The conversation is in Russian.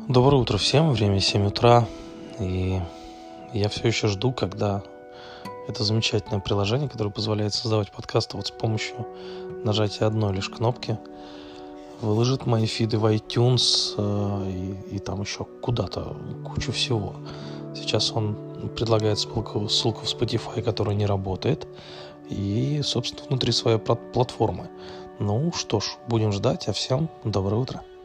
Доброе утро всем, время 7 утра, и я все еще жду, когда это замечательное приложение, которое позволяет создавать подкасты вот с помощью нажатия одной лишь кнопки, выложит мои фиды в iTunes и там еще куда-то кучу всего. Сейчас он предлагает ссылку в Spotify, которая не работает, и, собственно, внутри своей платформы. Ну что ж, будем ждать, а всем доброе утро.